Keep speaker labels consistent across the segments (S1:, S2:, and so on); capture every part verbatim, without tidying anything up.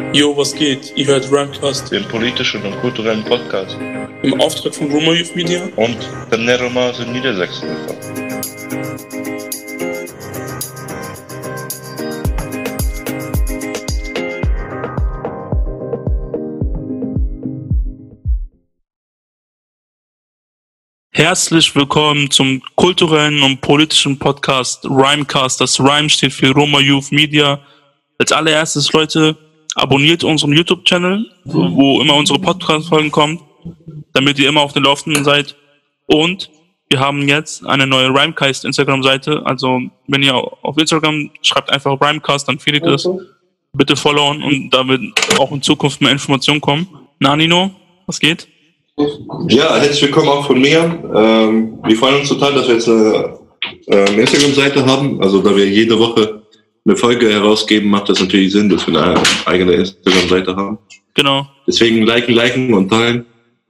S1: Jo, was geht? Ihr hört Rhymecast,
S2: den politischen und kulturellen Podcast
S1: im Auftrag von Roma Youth Media
S2: und der Neromas in Niedersachsen e V
S1: Herzlich willkommen zum kulturellen und politischen Podcast Rhymecast. Das Rhyme steht für Roma Youth Media. Als allererstes, Leute, abonniert unseren YouTube-Channel, wo immer unsere Podcast-Folgen kommen, damit ihr immer auf den Laufenden seid. Und wir haben jetzt eine neue Rhymecast Instagram-Seite. Also wenn ihr auf Instagram schreibt einfach Rhymecast, dann findet ihr das. Bitte followen und da wird auch in Zukunft mehr Informationen kommen. Na, Nino, was geht?
S3: Ja, herzlich willkommen auch von mir. Ähm, wir freuen uns total, dass wir jetzt eine äh, Instagram-Seite haben. Also da wir jede Woche eine Folge herausgeben, macht das natürlich Sinn, dass wir eine eigene Instagram-Seite haben.
S1: Genau.
S3: Deswegen liken, liken und teilen.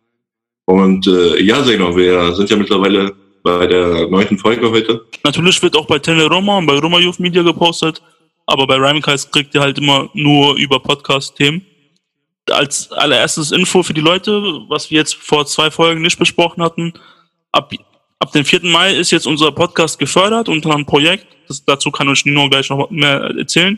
S3: Und äh, ja, Zeno, wir sind ja mittlerweile bei der neunten Folge heute.
S1: Natürlich wird auch bei Tele Roma und bei Roma Youth Media gepostet, aber bei Rhymecast kriegt ihr halt immer nur über Podcast-Themen. Als allererstes Info für die Leute, was wir jetzt vor zwei Folgen nicht besprochen hatten. Ab, ab dem vierten Mai ist jetzt unser Podcast gefördert unter einem Projekt. Das, dazu kann euch Nino gleich noch mehr erzählen.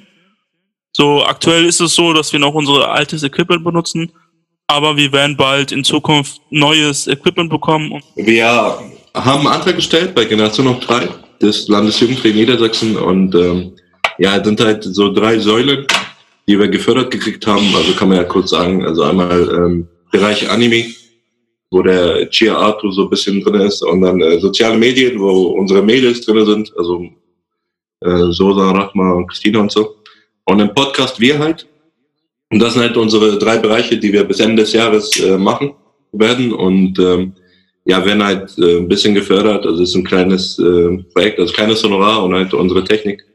S1: So, aktuell ist es so, dass wir noch unser altes Equipment benutzen, aber wir werden bald in Zukunft neues Equipment bekommen.
S3: Wir haben einen Antrag gestellt bei Generation noch drei des Landesjugendring Niedersachsen und ähm, ja, es sind halt so drei Säulen, die wir gefördert gekriegt haben. Also kann man ja kurz sagen, also einmal ähm, Bereich Anime, wo der Chia Arthur so ein bisschen drin ist, und dann äh, soziale Medien, wo unsere Mädels drin sind, also äh, Sosa, Rahma und Christina und so. Und im Podcast wir halt. Und das sind halt unsere drei Bereiche, die wir bis Ende des Jahres äh, machen werden. Und ähm, ja, werden halt äh, ein bisschen gefördert. Also es ist ein kleines äh, Projekt, also kleines Honorar und halt unsere Technik.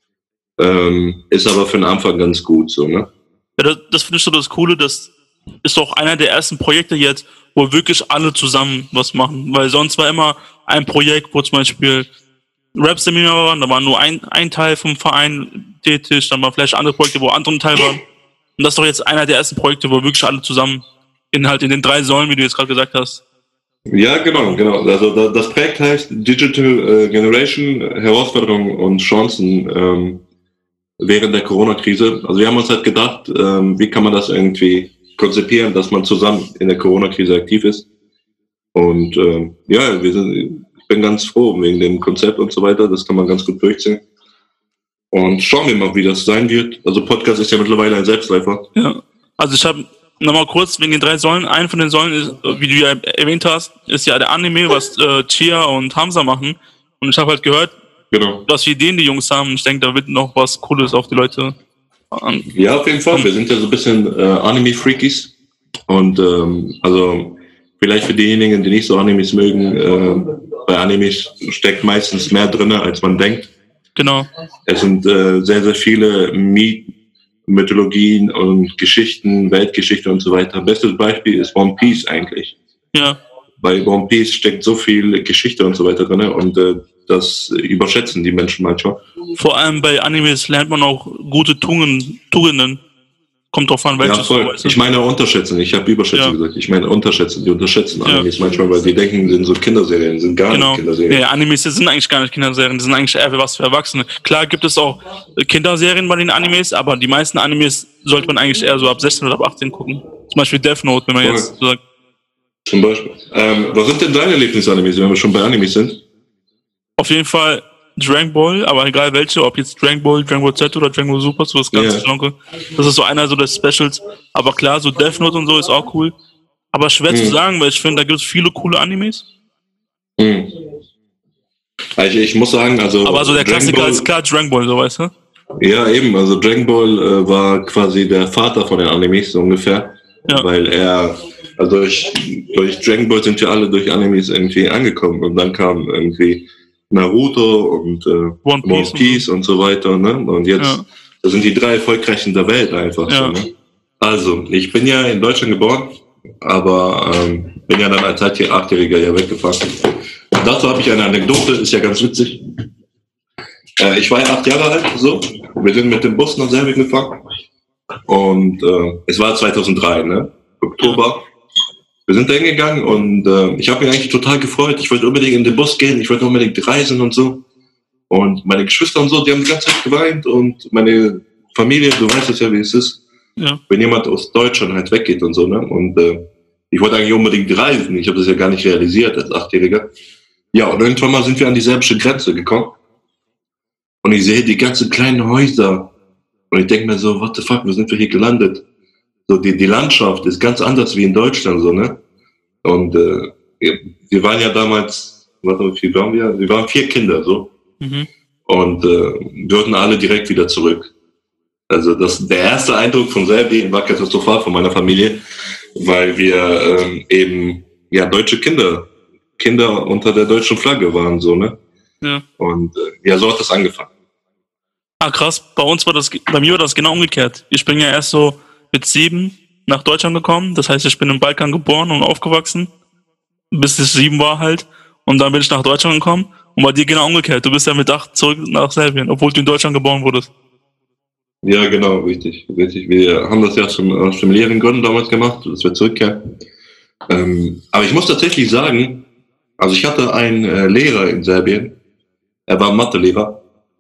S3: Ähm, ist aber für den Anfang ganz gut so, ne?
S1: Ja, das, das finde ich so das Coole, das ist doch einer der ersten Projekte jetzt, wo wirklich alle zusammen was machen, weil sonst war immer ein Projekt, wo zum Beispiel Rap-Seminar waren, da war nur ein, ein Teil vom Verein tätig, dann waren vielleicht andere Projekte, wo andere Teil waren, und das ist doch jetzt einer der ersten Projekte, wo wirklich alle zusammen in halt in den drei Säulen, wie du jetzt gerade gesagt hast.
S3: Ja, genau, genau. Also das Projekt heißt Digital Generation, Herausforderungen und Chancen ähm, während der Corona-Krise. Also wir haben uns halt gedacht, ähm, wie kann man das irgendwie konzipieren, dass man zusammen in der Corona-Krise aktiv ist. Und ähm, ja, wir sind, ich bin ganz froh wegen dem Konzept und so weiter. Das kann man ganz gut durchziehen. Und schauen wir mal, wie das sein wird. Also Podcast ist ja mittlerweile ein Selbstläufer.
S1: Ja, also ich habe nochmal kurz wegen den drei Säulen. Eine von den Säulen, ist, wie du ja erwähnt hast, ist ja der Anime, was äh, Chia und Hamza machen. Und ich habe halt gehört,
S3: genau,
S1: was für Ideen die Jungs haben. Ich denke, da wird noch was Cooles auf die Leute an.
S3: Ja, auf jeden Fall. Wir sind ja so ein bisschen äh, Anime-Freakies. Und ähm, also vielleicht für diejenigen, die nicht so Animes mögen, äh, bei Animes steckt meistens mehr drin, als man denkt.
S1: Genau.
S3: Es sind äh, sehr, sehr viele Mythen, Mythologien und Geschichten, Weltgeschichte und so weiter. Bestes Beispiel ist One Piece eigentlich.
S1: Ja.
S3: Bei One Piece steckt so viel Geschichte und so weiter drin, und äh, das überschätzen die Menschen manchmal.
S1: Vor allem bei Animes lernt man auch gute Tugenden. Tugenden. Kommt drauf an, welches.
S3: Ja, voll.
S1: Du weißt.
S3: Ich meine unterschätzen, ich habe überschätzen ja. gesagt. Ich meine unterschätzen, die unterschätzen ja. Animes manchmal, weil die denken, sind so Kinderserien, sind gar
S1: genau.
S3: nicht Kinderserien.
S1: Nee, Animes sind eigentlich gar nicht Kinderserien, die sind eigentlich eher für was für Erwachsene. Klar gibt es auch Kinderserien bei den Animes, aber die meisten Animes sollte man eigentlich eher so ab sechzehn oder ab achtzehn gucken. Zum Beispiel Death Note, wenn man voll. jetzt so sagt.
S3: Zum Beispiel. Ähm, was sind denn deine Lieblingsanimes, wenn wir schon bei Animes sind?
S1: Auf jeden Fall Dragon Ball, aber egal welche, ob jetzt Dragon Ball, Dragon Ball Z oder Dragon Ball Super, so das ganze
S3: yeah.
S1: Genre. Das ist so einer so der Specials. Aber klar, so Death Note und so ist auch cool. Aber schwer mm. zu sagen, weil ich finde, da gibt es viele coole Animes.
S3: Mm. Also ich muss sagen, also...
S1: Aber so der
S3: Dragon
S1: Klassiker
S3: Ball,
S1: ist klar Dragon Ball, so weißt du?
S3: Ja, eben. Also Dragon Ball äh, war quasi der Vater von den Animes, so ungefähr. Ja. Weil er... Also durch, durch Dragon Ball sind wir alle durch Animes irgendwie angekommen. Und dann kam irgendwie Naruto und äh, One Piece, One Piece und, so. und so weiter. Ne? Und jetzt ja. das sind die drei erfolgreichsten der Welt einfach. Ja. So, ne? Also, ich bin ja in Deutschland geboren, aber ähm, bin ja dann als Achtjähriger ja weggefahren. Und dazu habe ich eine Anekdote, ist ja ganz witzig. Äh, ich war ja acht Jahre alt, so. Wir sind mit dem Bus nach Serbien gefahren. Und äh, es war zweitausenddrei, ne? Oktober. Wir sind da hingegangen und äh, ich habe mich eigentlich total gefreut. Ich wollte unbedingt in den Bus gehen, ich wollte unbedingt reisen und so. Und meine Geschwister und so, die haben die ganze Zeit geweint und meine Familie, du weißt es ja, wie es ist.
S1: Ja.
S3: Wenn jemand aus Deutschland halt weggeht und so, ne? Und äh, ich wollte eigentlich unbedingt reisen. Ich habe das ja gar nicht realisiert als Achtjähriger. Ja, und irgendwann mal sind wir an die serbische Grenze gekommen. Und ich sehe die ganzen kleinen Häuser. Und ich denke mir so, what the fuck, wo sind wir hier gelandet? So, die, die Landschaft ist ganz anders wie in Deutschland, so, ne? Und äh, wir waren ja damals, warte, wie viel waren wir? Wir waren vier Kinder, so.
S1: Mhm.
S3: Und äh, wir wollten alle direkt wieder zurück. Also das, der erste Eindruck von Serbien war katastrophal von meiner Familie, weil wir ähm, eben ja deutsche Kinder, Kinder unter der deutschen Flagge waren, so, ne?
S1: Ja.
S3: Und äh, ja, so hat das angefangen.
S1: Ah, krass. Bei uns war das, bei mir war das genau umgekehrt. Ich bin ja erst so mit sieben nach Deutschland gekommen. Das heißt, ich bin im Balkan geboren und aufgewachsen, bis ich sieben war halt. Und dann bin ich nach Deutschland gekommen. Und bei dir genau umgekehrt. Du bist ja mit acht zurück nach Serbien, obwohl du in Deutschland geboren wurdest.
S3: Ja, genau, richtig, richtig. Wir haben das ja aus, aus dem leeren Gründen damals gemacht, dass wir zurückkehren. Ähm, aber ich muss tatsächlich sagen, also ich hatte einen äh, Lehrer in Serbien, er war Mathelehrer.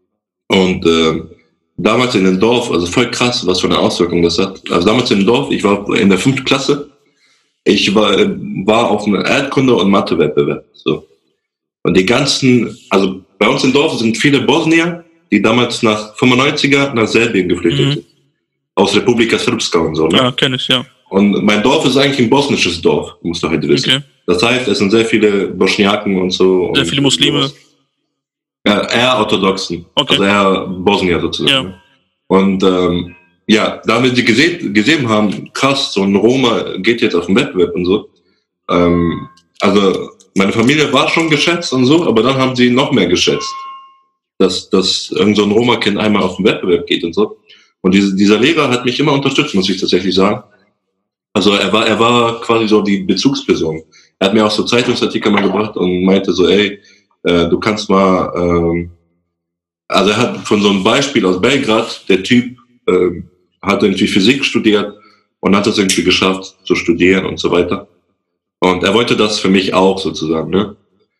S3: Und äh, damals in dem Dorf, also voll krass, was für eine Auswirkung das hat. Also damals in dem Dorf, ich war in der fünften Klasse, ich war, war auf einem Erdkunde- und Mathe-Wettbewerb. So. Und die ganzen, also bei uns im Dorf sind viele Bosnier, die damals nach fünfundneunziger nach Serbien geflüchtet
S1: Mhm.
S3: sind. Aus Republika Srpska und so. Ne?
S1: Ja, kenn ich, ja.
S3: Und mein Dorf ist eigentlich ein bosnisches Dorf, musst du halt wissen.
S1: Okay.
S3: Das heißt, es sind sehr viele Bosniaken und so.
S1: Sehr
S3: und
S1: viele Muslime.
S3: sowas. Ja, eher Orthodoxen.
S1: Okay.
S3: Also eher Bosnier sozusagen.
S1: Ja.
S3: Ne? Und ähm, ja, da wir sie gesehen, gesehen haben, krass, so ein Roma geht jetzt auf den Wettbewerb und so. Ähm, also meine Familie war schon geschätzt und so, aber dann haben sie noch mehr geschätzt, dass, dass irgend so ein Roma-Kind einmal auf den Wettbewerb geht und so. Und diese, dieser Lehrer hat mich immer unterstützt, muss ich tatsächlich sagen. Also er war, er war quasi so die Bezugsperson. Er hat mir auch so Zeitungsartikel mal gebracht und meinte so, ey, äh, du kannst mal, ähm, also er hat von so einem Beispiel aus Belgrad, der Typ ähm, hat irgendwie Physik studiert und hat es irgendwie geschafft zu studieren und so weiter. Und er wollte das für mich auch sozusagen, ne?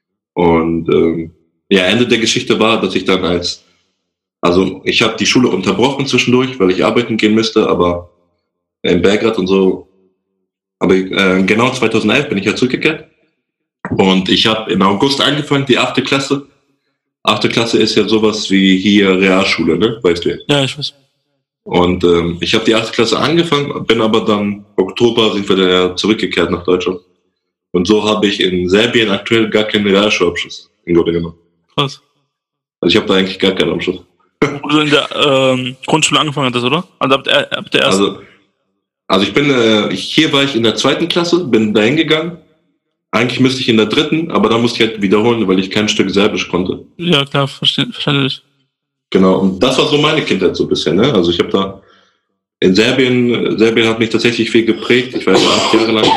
S3: Und ähm, ja, Ende der Geschichte war, dass ich dann als, also ich habe die Schule unterbrochen zwischendurch, weil ich arbeiten gehen müsste, aber in Belgrad und so, aber äh, genau zweitausendelf bin ich ja zurückgekehrt und ich habe im August angefangen, die achte Klasse. Achte Klasse ist ja sowas wie hier Realschule, ne? Weißt du ja.
S1: Ja, ich weiß.
S3: Und ähm, ich habe die achte Klasse angefangen, bin aber dann Oktober sind wir dann ja zurückgekehrt nach Deutschland. Und so habe ich in Serbien aktuell gar keinen Realschulabschluss, im Grunde genommen.
S1: Krass.
S3: Also ich habe da eigentlich gar keinen Abschluss.
S1: Wo du in der ähm, Grundschule angefangen hattest, oder? Also ab der, ab der ersten.
S3: Also, also ich bin, äh, ich, hier war ich in der zweiten Klasse, bin da hingegangen. Eigentlich müsste ich in der dritten, aber dann musste ich halt wiederholen, weil ich kein Stück Serbisch konnte.
S1: Ja, klar, verste- verständlich.
S3: Genau, und das war so meine Kindheit so ein bisschen, ne? Also ich habe da in Serbien, Serbien hat mich tatsächlich viel geprägt. Ich war ja acht Jahre lang.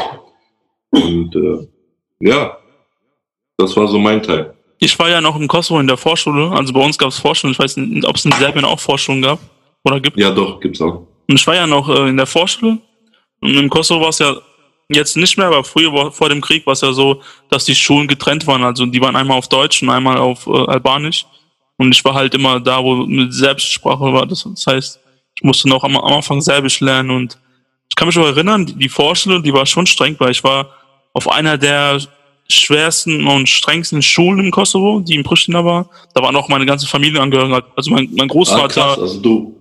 S3: Und äh, ja, das war so mein Teil.
S1: Ich war ja noch im Kosovo in der Vorschule. Also bei uns gab es Vorschulen. Ich weiß nicht, ob es in Serbien auch Vorschulen gab oder gibt.
S3: Ja, doch, gibt's auch.
S1: Und ich war ja noch äh, in der Vorschule. Und im Kosovo war es ja jetzt nicht mehr, aber früher war, vor dem Krieg war es ja so, dass die Schulen getrennt waren. Also die waren einmal auf Deutsch und einmal auf äh, Albanisch. Und ich war halt immer da, wo eine serbische Sprache war. Das, das heißt, ich musste noch am, am Anfang Serbisch lernen. Und ich kann mich auch erinnern, die, die Vorschule, die war schon streng, weil ich war auf einer der schwersten und strengsten Schulen im Kosovo, die in Pristina war. Da waren auch meine ganze Familienangehörige. Also mein, mein
S3: Ah,
S1: Großvater.
S3: krass, also du,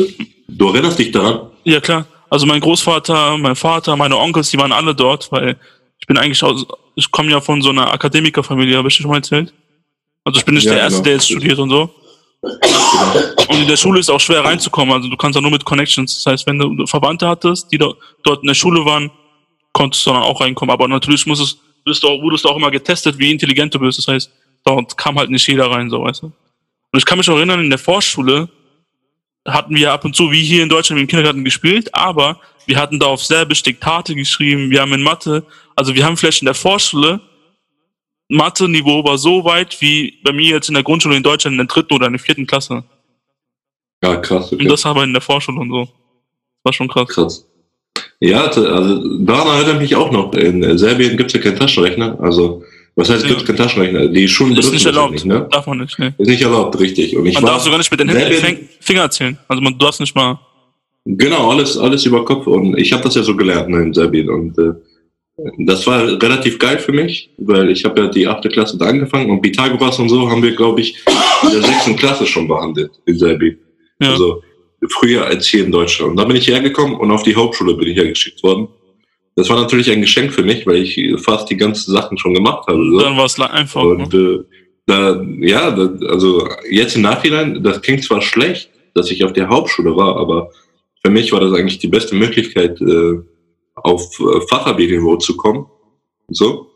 S3: du erinnerst dich daran?
S1: Ja, klar. Also mein Großvater, mein Vater, meine Onkels, die waren alle dort, weil ich bin eigentlich aus, ich komme ja von so einer Akademikerfamilie, habe ich dir schon mal erzählt. Also ich bin nicht
S3: Ja,
S1: der Erste,
S3: genau.
S1: der jetzt studiert und so. Und in der Schule ist auch schwer reinzukommen, also du kannst ja nur mit Connections. Das heißt, wenn du Verwandte hattest, die do, dort in der Schule waren, konntest du dann auch reinkommen. Aber natürlich muss es, bist du auch, wurdest du auch immer getestet, wie intelligent du bist. Das heißt, dort kam halt nicht jeder rein, so, weißt du. Und ich kann mich auch erinnern, in der Vorschule hatten wir ab und zu, wie hier in Deutschland, im Kindergarten gespielt, aber wir hatten da auf Serbisch Diktate geschrieben, wir haben in Mathe, also wir haben vielleicht in der Vorschule, Mathe-Niveau war so weit, wie bei mir jetzt in der Grundschule in Deutschland in der dritten oder in der vierten Klasse.
S3: Ja, krass, okay.
S1: Und das aber in der Vorschule und so. War schon krass.
S3: Krass. Ja, also daran erinnere mich auch noch. In Serbien gibt es ja keinen Taschenrechner. Also, was heißt,
S1: ja.
S3: gibt es keinen Taschenrechner? Die Schulen
S1: ist nicht erlaubt.
S3: Nicht, ne?
S1: Darf man nicht, ne?
S3: Ist nicht erlaubt, richtig. Und ich
S1: man
S3: war
S1: darf sogar nicht mit den Händen Finger zählen. Also man darf nicht mal.
S3: Genau, alles, alles über Kopf. Und ich habe das ja so gelernt, ne, in Serbien. Und äh, das war relativ geil für mich, weil ich habe ja die achte Klasse da angefangen und Pythagoras und so haben wir, glaube ich, in der sechsten Klasse schon behandelt in Serbien. Ja. Also früher als hier in Deutschland. Und da bin ich hergekommen und auf die Hauptschule bin ich hergeschickt worden. Das war natürlich ein Geschenk für mich, weil ich fast die ganzen Sachen schon gemacht habe. So.
S1: Dann war es einfach.
S3: Und äh, da, ja, da, also jetzt im Nachhinein, das klingt zwar schlecht, dass ich auf der Hauptschule war, aber für mich war das eigentlich die beste Möglichkeit, äh, auf äh, Fachabi-Niveau zu kommen. So.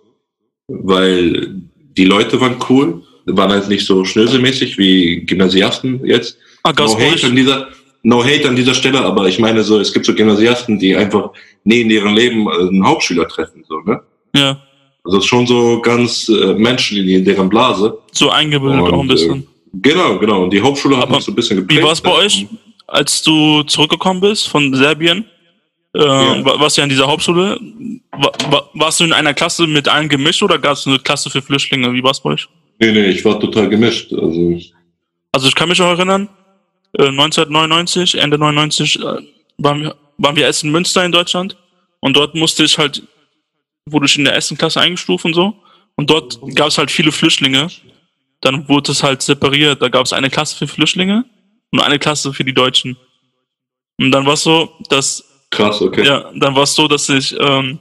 S3: Weil die Leute waren cool, waren halt nicht so schnöselmäßig wie Gymnasiasten jetzt.
S1: Ah,
S3: no hate an dieser, no hate an dieser Stelle, aber ich meine so, es gibt so Gymnasiasten, die einfach nie in ihrem Leben einen Hauptschüler treffen, so, ne?
S1: Ja.
S3: Also es ist schon so ganz äh, Menschen in deren Blase.
S1: So eingebildet und, auch ein bisschen.
S3: Äh, genau, genau. Und die Hauptschule hat mich so ein bisschen geprägt.
S1: Wie war es bei euch, als du zurückgekommen bist von Serbien? Äh, ja. Warst du ja in dieser Hauptschule? War, war, warst du in einer Klasse mit allen gemischt oder gab es eine Klasse für Flüchtlinge? Wie war es bei euch?
S3: Nee, nee, ich war total gemischt. Also,
S1: also ich kann mich auch erinnern, neunzehnhundertneunundneunzig, Ende neunundneunzig, äh, waren wir, waren wir erst in Münster in Deutschland und dort musste ich halt, wurde ich in der ersten Klasse eingestuft und so und dort gab es halt viele Flüchtlinge. Dann wurde es halt separiert. Da gab es eine Klasse für Flüchtlinge und eine Klasse für die Deutschen. Und dann war es so, dass
S3: krass, okay.
S1: Ja, dann war es so, dass ich, ähm,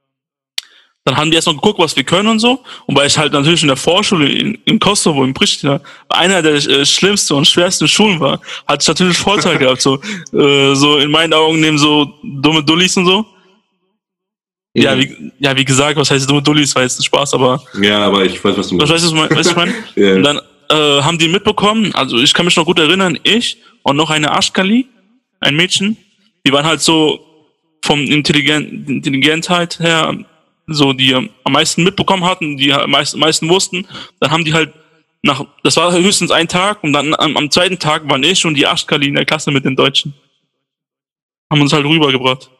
S1: dann haben die erstmal geguckt, was wir können und so. Und weil ich halt natürlich in der Vorschule in, in Kosovo, in Pristina, einer der äh, schlimmsten und schwersten Schulen war, hatte ich natürlich Vorteil gehabt. So, äh, so in meinen Augen neben so dumme Dullis und so. Mhm. Ja, wie, ja, wie gesagt, was heißt dumme Dullis? War jetzt ein Spaß, aber.
S3: Ja, aber ich weiß, was du meinst.
S1: Was weißt du, was ich meine? Yeah. Und dann äh, haben die mitbekommen, also ich kann mich noch gut erinnern, ich und noch eine Ashkali, ein Mädchen, die waren halt so vom Intelligent, Intelligentheit her, so die am meisten mitbekommen hatten, die am meisten, meisten wussten. Dann haben die halt nach, das war höchstens ein Tag und dann am, am zweiten Tag waren ich und die Ashkali in der Klasse mit den Deutschen. Haben uns halt rübergebracht.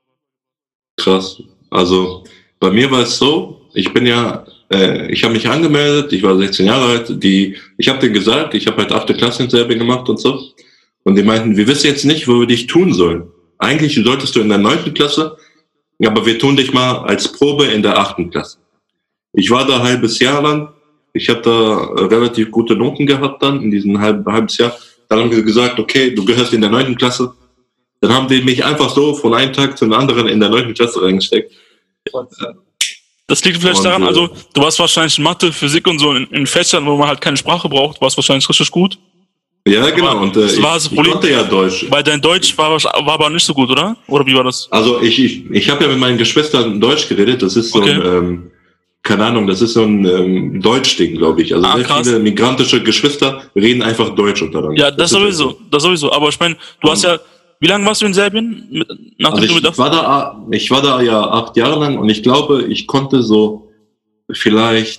S3: Krass. Also bei mir war es so, ich bin ja, äh, ich habe mich angemeldet, ich war sechzehn Jahre alt, die, ich habe denen gesagt, ich habe halt achte Klasse in Serbien gemacht und so. Und die meinten, wir wissen jetzt nicht, wo wir dich tun sollen. Eigentlich solltest du in der neunten Klasse, aber wir tun dich mal als Probe in der achten Klasse. Ich war da ein halbes Jahr lang. Ich habe da relativ gute Noten gehabt dann in diesem halb, halbes Jahr. Dann haben wir gesagt, okay, du gehörst in der neunten Klasse. Dann haben die mich einfach so von einem Tag zum anderen in der neunten Klasse reingesteckt.
S1: Das liegt vielleicht und, daran, also du warst wahrscheinlich in Mathe, Physik und so in, in Fächern, wo man halt keine Sprache braucht, warst wahrscheinlich richtig gut.
S3: Ja, genau. Aber und äh, ich,
S1: war das Problem,
S3: ich konnte ja Deutsch.
S1: Weil dein Deutsch war, war aber nicht so gut, oder? Oder wie war das?
S3: Also ich, ich, ich habe ja mit meinen Geschwistern Deutsch geredet. Das ist so okay. ein, ähm, keine Ahnung, das ist so ein ähm, Deutsch-Ding, glaube ich. Also ah, sehr krass. Viele migrantische Geschwister reden einfach Deutsch untereinander.
S1: Ja, das, das sowieso, so. das sowieso. Aber ich meine, du hast ja, wie lange warst du in Serbien? Mit,
S3: also ich, ich, war da, ich war da ja acht Jahre lang und ich glaube, ich konnte so vielleicht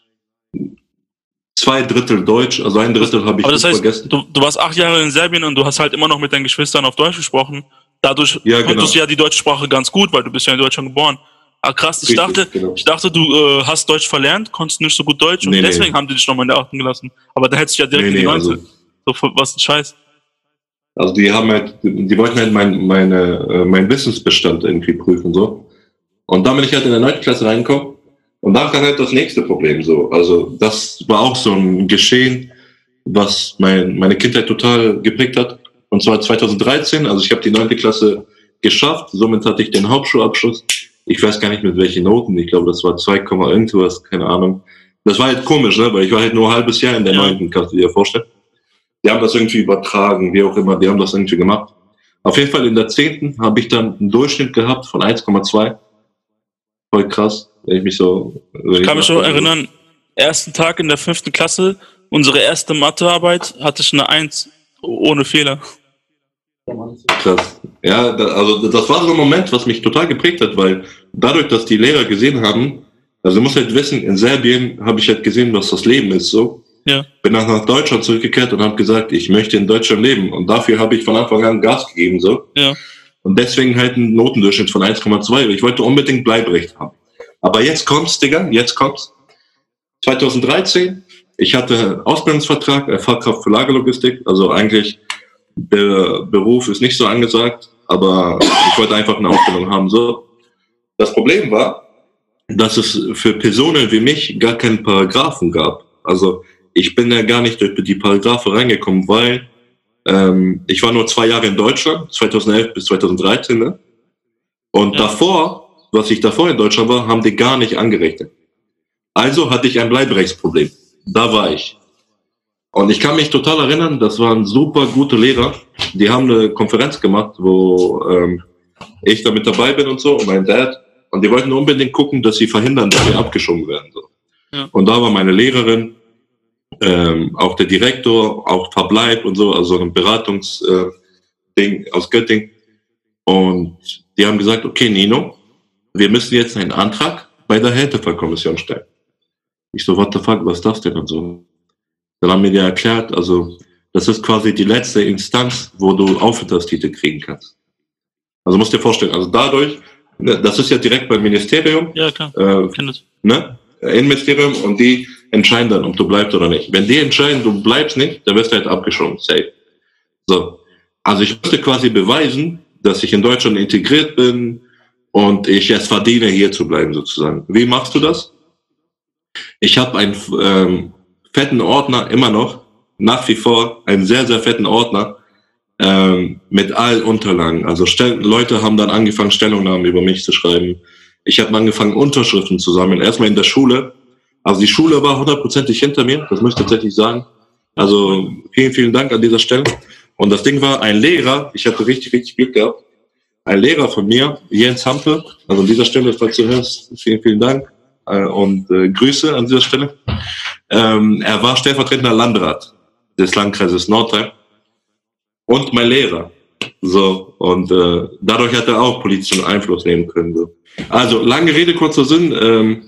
S3: zwei Drittel Deutsch, also ein Drittel habe ich
S1: Aber das heißt,
S3: vergessen.
S1: Du, du warst acht Jahre in Serbien und du hast halt immer noch mit deinen Geschwistern auf Deutsch gesprochen. Dadurch
S3: ja,
S1: konntest
S3: genau.
S1: du ja die deutsche Sprache ganz gut, weil du bist ja in Deutschland geboren. Ah, krass, ich
S3: Richtig,
S1: dachte,
S3: genau.
S1: ich dachte, du äh, hast Deutsch verlernt, konntest nicht so gut Deutsch und
S3: nee,
S1: deswegen
S3: nee.
S1: haben die dich nochmal in der achten gelassen. Aber da hättest du ja direkt
S3: nee,
S1: in die
S3: nee,
S1: neunte.
S3: also,
S1: so, was ein Scheiß.
S3: Also die haben halt, die wollten halt mein, meine, mein Wissensbestand irgendwie prüfen, so. Und dann bin ich halt in der neunten Klasse reingekommen. Und dann kam halt das nächste Problem, so. Also das war auch so ein Geschehen, was mein, meine Kindheit total geprägt hat. Und zwar zweitausenddreizehn, also ich habe die neunte Klasse geschafft, somit hatte ich den Hauptschulabschluss. Ich weiß gar nicht mit welchen Noten, ich glaube, das war zwei, irgendwas, keine Ahnung. Das war halt komisch, ne, weil ich war halt nur ein halbes Jahr in der neunten, kannst du dir vorstellen. Die haben das irgendwie übertragen, wie auch immer, die haben das irgendwie gemacht. Auf jeden Fall in der zehnten habe ich dann einen Durchschnitt gehabt von eins Komma zwei. Voll krass, wenn ich mich so...
S1: Ich kann mich schon erinnern, ersten Tag in der fünften Klasse, unsere erste Mathearbeit, hatte ich eine eins ohne Fehler.
S3: Krass. Ja, da, also das war so ein Moment, was mich total geprägt hat, weil dadurch, dass die Lehrer gesehen haben, also du musst halt wissen, in Serbien habe ich halt gesehen, was das Leben ist, so.
S1: Ja.
S3: Bin dann nach Deutschland zurückgekehrt und habe gesagt, ich möchte in Deutschland leben. Und dafür habe ich von Anfang an Gas gegeben, so.
S1: Ja.
S3: Und deswegen halt ein Notendurchschnitt von eins Komma zwei. Ich wollte unbedingt Bleiberecht haben. Aber jetzt kommt's, Digga, jetzt kommt's. zweitausenddreizehn, ich hatte Ausbildungsvertrag, äh, Fachkraft für Lagerlogistik. Also eigentlich, der Beruf ist nicht so angesagt, aber ich wollte einfach eine Ausbildung haben. So. Das Problem war, dass es für Personen wie mich gar keinen Paragraphen gab. Also ich bin ja gar nicht durch die Paragraphe reingekommen, weil ähm, ich war nur zwei Jahre in Deutschland, zweitausendelf bis zweitausenddreizehn. Ne? Und ja. davor, was ich davor in Deutschland war, haben die gar nicht angerechnet. Also hatte ich ein Bleiberechtsproblem. Da war ich. Und ich kann mich total erinnern, das waren super gute Lehrer. Die haben eine Konferenz gemacht, wo ähm, ich da mit dabei bin und so, und mein Dad. Und die wollten unbedingt gucken, dass sie verhindern, dass wir abgeschoben werden. So. Ja. Und da war meine Lehrerin, ähm, auch der Direktor, auch Verbleib und so, also ein Beratungsding äh, aus Göttingen. Und die haben gesagt, okay, Nino, wir müssen jetzt einen Antrag bei der Härtefallkommission stellen. Ich so, what the fuck, was ist das denn und so? Dann haben mir die erklärt, also das ist quasi die letzte Instanz, wo du Aufenthaltstitel kriegen kannst. Also musst dir vorstellen, also dadurch, das ist ja direkt beim Ministerium,
S1: ja klar,
S3: äh, ne, Innenministerium, und die entscheiden dann, ob du bleibst oder nicht. Wenn die entscheiden, du bleibst nicht, dann wirst du halt abgeschoben, safe. So, also ich musste quasi beweisen, dass ich in Deutschland integriert bin und ich es verdiene, hier zu bleiben sozusagen. Wie machst du das? Ich habe einen ähm, fetten Ordner, immer noch, nach wie vor, einen sehr, sehr fetten Ordner, ähm, mit allen Unterlagen. Also Stell- Leute haben dann angefangen, Stellungnahmen über mich zu schreiben. Ich habe angefangen, Unterschriften zu sammeln. Erstmal in der Schule. Also die Schule war hundertprozentig hinter mir, das muss ich tatsächlich sagen. Also vielen, vielen Dank an dieser Stelle. Und das Ding war, ein Lehrer, ich hatte richtig, richtig Glück gehabt, ein Lehrer von mir, Jens Hampe, also an dieser Stelle, falls du hörst, vielen, vielen Dank äh, und äh, Grüße an dieser Stelle. Ähm, er war stellvertretender Landrat des Landkreises Nordrhein und mein Lehrer. So, und äh, dadurch hat er auch politischen Einfluss nehmen können. So. Also, lange Rede, kurzer Sinn. Ähm,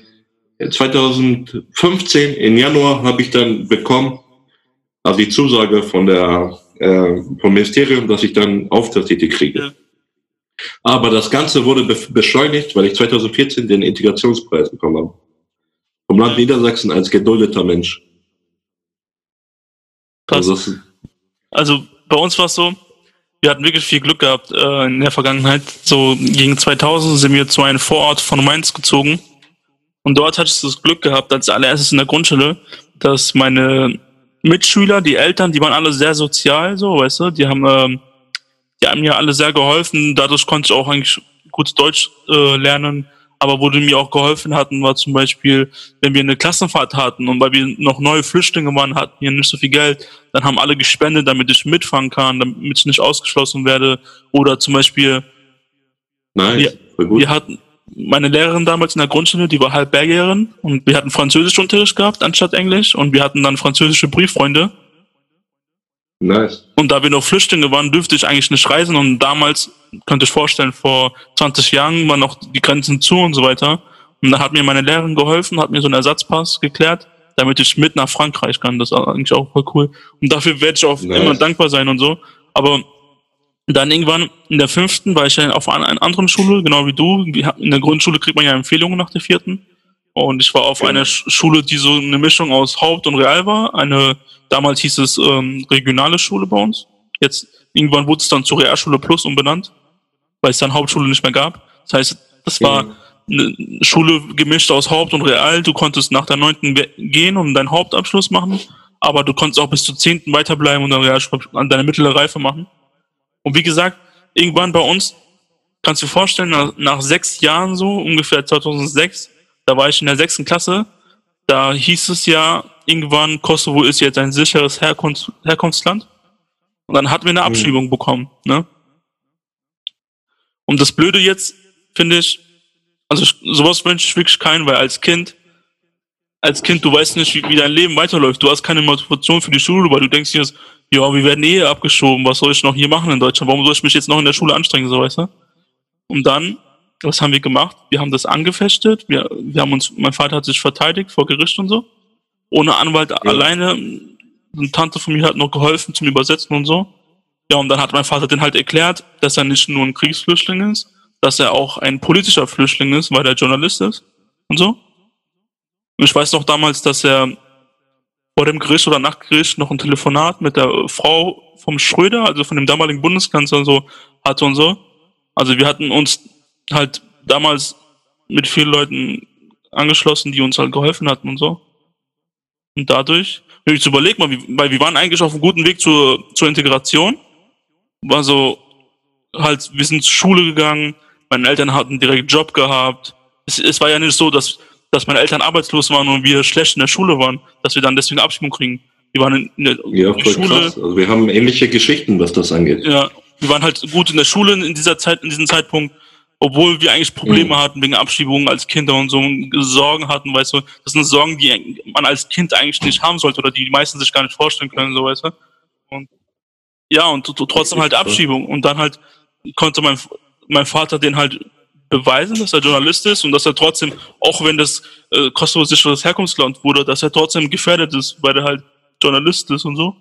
S3: zweitausendfünfzehn, im Januar, habe ich dann bekommen, also die Zusage von der äh, vom Ministerium, dass ich dann Aufenthaltstitel kriege. Ja. Aber das Ganze wurde be- beschleunigt, weil ich zweitausendvierzehn den Integrationspreis bekommen habe. Vom Land ja. Niedersachsen als geduldeter Mensch.
S1: Also, das ist also bei uns war es so, wir hatten wirklich viel Glück gehabt äh, in der Vergangenheit. So gegen zweitausend sind wir zu einem Vorort von Mainz gezogen. Und dort hatte ich das Glück gehabt, als allererstes in der Grundschule, dass meine Mitschüler, die Eltern, die waren alle sehr sozial, so, weißt du, die haben, ähm, die haben mir alle sehr geholfen. Dadurch konnte ich auch eigentlich gut Deutsch äh, lernen. Aber wo die mir auch geholfen hatten, war zum Beispiel, wenn wir eine Klassenfahrt hatten und weil wir noch neue Flüchtlinge waren, hatten wir nicht so viel Geld, dann haben alle gespendet, damit ich mitfahren kann, damit ich nicht ausgeschlossen werde. Oder zum Beispiel,
S3: nice.
S1: wir, voll gut. wir hatten meine Lehrerin damals in der Grundschule, die war halb Belgierin und wir hatten Französischunterricht gehabt anstatt Englisch und wir hatten dann französische Brieffreunde.
S3: Nice.
S1: Und da wir noch Flüchtlinge waren, dürfte ich eigentlich nicht reisen. Und damals, könnte ich vorstellen, vor zwanzig Jahren waren noch die Grenzen zu und so weiter. Und da hat mir meine Lehrerin geholfen, hat mir so einen Ersatzpass geklärt, damit ich mit nach Frankreich kann. Das war eigentlich auch voll cool. Und dafür werde ich auch nice. immer dankbar sein und so. Aber dann irgendwann in der fünften war ich ja auf einer anderen Schule, genau wie du. In der Grundschule kriegt man ja Empfehlungen nach der vierten. Und ich war auf ja. einer Schule, die so eine Mischung aus Haupt- und Real war. Eine, damals hieß es ähm, regionale Schule bei uns. Jetzt, irgendwann wurde es dann zur Realschule Plus umbenannt, weil es dann Hauptschule nicht mehr gab. Das heißt, das war ja. eine Schule gemischt aus Haupt- und Real. Du konntest nach der neunten gehen und deinen Hauptabschluss machen, aber du konntest auch bis zur zehnten weiterbleiben und dann Realschule, an deine mittlere Reife machen. Und wie gesagt, irgendwann bei uns, kannst du dir vorstellen, nach, nach sechs Jahren so, ungefähr zweitausendsechs, da war ich in der sechsten Klasse, da hieß es ja irgendwann, Kosovo ist jetzt ein sicheres Herkunft, Herkunftsland. Und dann hatten wir eine Abschiebung mhm. bekommen, ne? Und das Blöde jetzt, finde ich, also sowas wünsche ich wirklich keinen, weil als Kind, als Kind, du weißt nicht, wie, wie dein Leben weiterläuft. Du hast keine Motivation für die Schule, weil du denkst dir, ja, wir werden eh abgeschoben, was soll ich noch hier machen in Deutschland? Warum soll ich mich jetzt noch in der Schule anstrengen, so, weißt du? Und dann, was haben wir gemacht? Wir haben das angefechtet, wir, wir haben uns, mein Vater hat sich verteidigt vor Gericht und so. Ohne Anwalt ja. alleine, eine Tante von mir hat noch geholfen zum Übersetzen und so. Ja, und dann hat mein Vater den halt erklärt, dass er nicht nur ein Kriegsflüchtling ist, dass er auch ein politischer Flüchtling ist, weil er Journalist ist und so. Und ich weiß noch damals, dass er vor dem Gericht oder nach Gericht noch ein Telefonat mit der Frau vom Schröder, also von dem damaligen Bundeskanzler und so, hatte und so. Also wir hatten uns halt damals mit vielen Leuten angeschlossen, die uns halt geholfen hatten und so. Und dadurch, wenn ich überlege mal, wie, weil wir waren eigentlich auf einem guten Weg zur, zur Integration. War so, halt, wir sind zur Schule gegangen, meine Eltern hatten direkt Job gehabt. Es, es war ja nicht so, dass, dass meine Eltern arbeitslos waren und wir schlecht in der Schule waren, dass wir dann deswegen Abschiebung kriegen. Wir waren in, in der,
S3: ja,
S1: in der
S3: voll
S1: Schule.
S3: Krass. Also wir haben ähnliche Geschichten, was das angeht.
S1: Ja, wir waren halt gut in der Schule in dieser Zeit, in diesem Zeitpunkt, obwohl wir eigentlich Probleme mhm. hatten wegen Abschiebungen als Kinder und so, Sorgen hatten, weißt du. Das sind Sorgen, die man als Kind eigentlich nicht haben sollte oder die die meisten sich gar nicht vorstellen können, so, weißt du. Und ja, und trotzdem halt Abschiebung. Und dann halt konnte mein, mein Vater den halt beweisen, dass er Journalist ist und dass er trotzdem, auch wenn das äh, Kosovo-sicheres Herkunftsland wurde, dass er trotzdem gefährdet ist, weil er halt Journalist ist und so.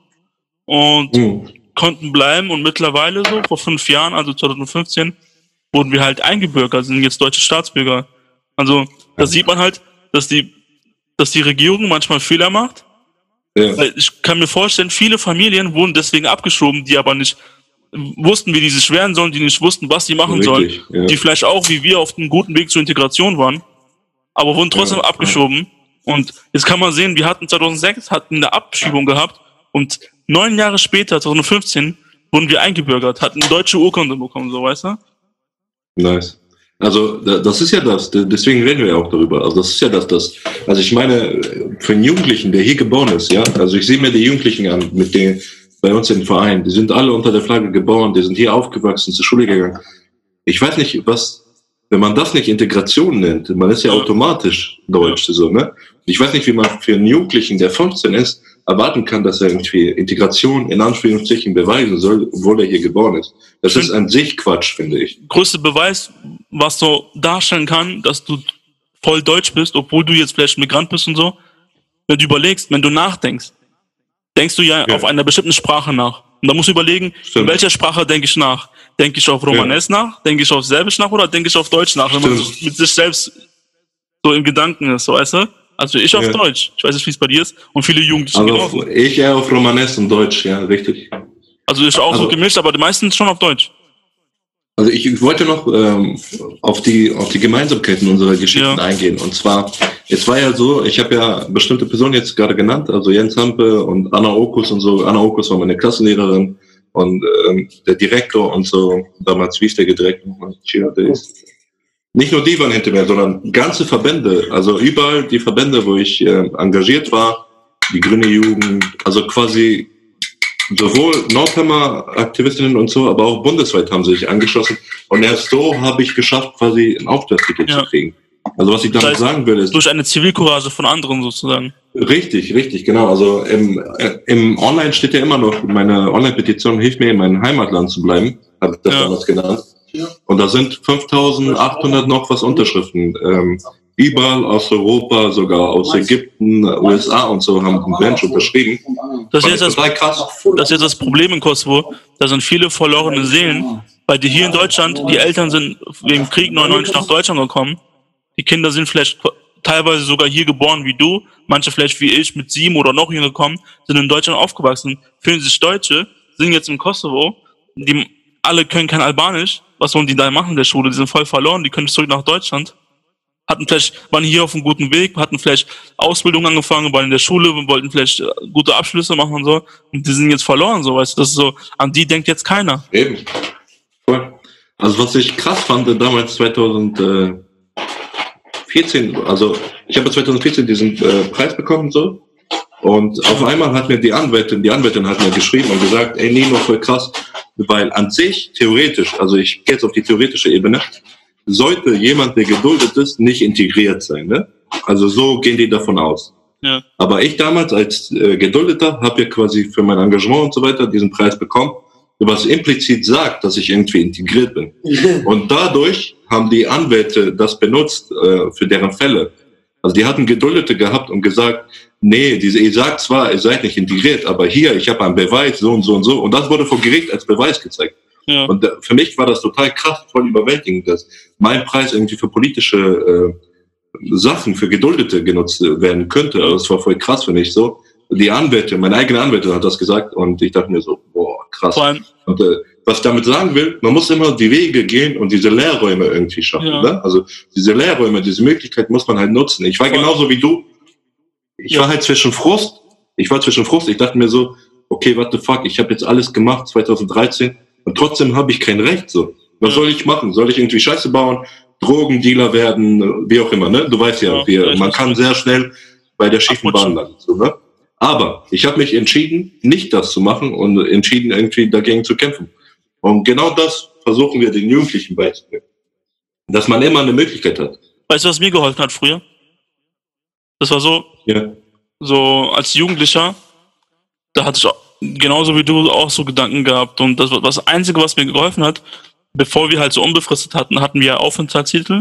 S1: Und mhm. konnten bleiben und mittlerweile so, vor fünf Jahren, also zwanzig fünfzehn, wurden wir halt eingebürgert, sind jetzt deutsche Staatsbürger. Also da sieht man halt, dass die, dass die Regierung manchmal Fehler macht. Ja. Weil ich kann mir vorstellen, viele Familien wurden deswegen abgeschoben, die aber nicht wussten, wie die sich wehren sollen, die nicht wussten, was sie machen Richtig, sollen, ja. die vielleicht auch wie wir auf einem guten Weg zur Integration waren, aber wurden trotzdem ja, abgeschoben. Ja. Und jetzt kann man sehen, wir hatten zweitausendsechs hatten eine Abschiebung gehabt und neun Jahre später, zwanzig fünfzehn, wurden wir eingebürgert, hatten eine deutsche Urkunde bekommen, so, weißt du?
S3: Nice. Also das ist ja das, deswegen reden wir ja auch darüber. Also das ist ja das, das. Also ich meine, für einen Jugendlichen, der hier geboren ist, ja, also ich sehe mir die Jugendlichen an, mit denen bei uns im Verein, die sind alle unter der Flagge geboren, die sind hier aufgewachsen, zur Schule gegangen. Ich weiß nicht, was, wenn man das nicht Integration nennt, man ist ja automatisch Deutsch, so, ne? Ich weiß nicht, wie man für einen Jugendlichen, der fünfzehn ist, erwarten kann, dass er irgendwie Integration in Anführungszeichen beweisen soll, obwohl er hier geboren ist. Das Stimmt. ist an sich Quatsch, finde ich.
S1: Größter Beweis, was so darstellen kann, dass du voll deutsch bist, obwohl du jetzt vielleicht Migrant bist und so, wenn du überlegst, wenn du nachdenkst, denkst du ja, ja. auf einer bestimmten Sprache nach. Und da musst du überlegen, Stimmt. in welcher Sprache denke ich nach? Denke ich auf Romanes ja. nach? Denke ich auf Serbisch nach? Oder denke ich auf Deutsch nach? Wenn Stimmt. man so mit sich selbst so in Gedanken ist, so, weißt du? Also ich auf ja. Deutsch. Ich weiß nicht, wie es bei dir ist. Und viele Jugendliche
S3: also auf, ich eher auf Romanes und Deutsch, ja, richtig.
S1: Also ich auch also, so gemischt, aber die meisten schon auf Deutsch.
S3: Also ich wollte noch ähm, auf die auf die Gemeinsamkeiten unserer Geschichten ja. eingehen. Und zwar, es war ja so, ich habe ja bestimmte Personen jetzt gerade genannt, also Jens Hampe und Anna Okus und so. Anna Okus war meine Klassenlehrerin und ähm, der Direktor und so. Damals, wie ist der Direktor? Der ist Nicht nur die waren hinter mir, sondern ganze Verbände, also überall die Verbände, wo ich äh, engagiert war, die Grüne Jugend, also quasi sowohl Nordhammer Aktivistinnen und so, aber auch bundesweit haben sie sich angeschlossen. Und erst so habe ich geschafft, quasi einen Aufenthaltstitel ja. zu kriegen. Also was ich damit das heißt, sagen will, ist...
S1: Durch eine Zivilcourage von anderen sozusagen.
S3: Richtig, richtig, genau. Also im, äh, im Online steht ja immer noch, meine Online-Petition hilft mir, in meinem Heimatland zu bleiben, habe ich das ja. damals genannt. Und da sind fünftausendachthundert noch was Unterschriften. Ähm, überall aus Europa, sogar aus Ägypten, U S A und so haben einen Mensch unterschrieben.
S1: Das ist, jetzt das, das ist jetzt das Problem in Kosovo. Da sind viele verlorene Seelen, weil die hier in Deutschland, die Eltern sind wegen Krieg neunundneunzig nach Deutschland gekommen. Die Kinder sind vielleicht teilweise sogar hier geboren wie du, manche vielleicht wie ich mit sieben oder noch jünger gekommen, sind in Deutschland aufgewachsen, fühlen sich Deutsche, sind jetzt im Kosovo, die alle können kein Albanisch. Was sollen die da machen in der Schule? Die sind voll verloren, die können zurück nach Deutschland. Hatten vielleicht, waren hier auf einem guten Weg, hatten vielleicht Ausbildung angefangen, waren in der Schule, wollten vielleicht gute Abschlüsse machen und so. Und die sind jetzt verloren, so, weißt du. Das ist so, an die denkt jetzt keiner.
S3: Eben. Voll. Also was ich krass fand, damals zweitausendvierzehn, also ich habe zweitausendvierzehn diesen äh, Preis bekommen, so. Und auf einmal hat mir die Anwältin, die Anwältin hat mir geschrieben und gesagt, ey, Nino, voll krass, weil an sich, theoretisch, also ich gehe jetzt auf die theoretische Ebene, sollte jemand, der geduldet ist, nicht integriert sein, ne? Also so gehen die davon aus. Ja. Aber ich damals als äh, Geduldeter habe ja quasi für mein Engagement und so weiter diesen Preis bekommen, was implizit sagt, dass ich irgendwie integriert bin. Und dadurch haben die Anwälte das benutzt äh, für deren Fälle. Also die hatten Geduldete gehabt und gesagt, nee, diese, ihr sagt zwar, ihr seid nicht integriert, aber hier, ich habe einen Beweis, so und so und so. Und das wurde vor Gericht als Beweis gezeigt. Ja. Und für mich war das total krass, voll überwältigend, dass mein Preis irgendwie für politische äh, Sachen, für Geduldete genutzt werden könnte. Also das war voll krass für mich so. Die Anwälte, meine eigene Anwältin hat das gesagt und ich dachte mir so, boah, krass. Und, äh, was ich damit sagen will, man muss immer die Wege gehen und diese Lehrräume irgendwie schaffen. Ja. Ne? Also diese Lehrräume, diese Möglichkeit muss man halt nutzen. Ich war Voll. genauso wie du. Ich ja. war halt zwischen Frust. Ich war zwischen Frust. Ich dachte mir so, okay, what the fuck, ich habe jetzt alles gemacht zwanzig dreizehn und trotzdem habe ich kein Recht. So, was ja. soll ich machen? Soll ich irgendwie Scheiße bauen, Drogendealer werden, wie auch immer? Ne? Du weißt ja, ja wie, man kann sehr schnell bei der schiefen Bahn landen. So, ne? Aber ich habe mich entschieden, nicht das zu machen und entschieden, irgendwie dagegen zu kämpfen. Und genau das versuchen wir den Jugendlichen beizubringen. Dass man immer eine Möglichkeit hat.
S1: Weißt du, was mir geholfen hat früher? Das war so,
S3: ja.
S1: so als Jugendlicher, da hatte ich auch, genauso wie du auch so Gedanken gehabt. Und das war das Einzige, was mir geholfen hat, bevor wir halt so unbefristet hatten, hatten wir Aufenthaltstitel,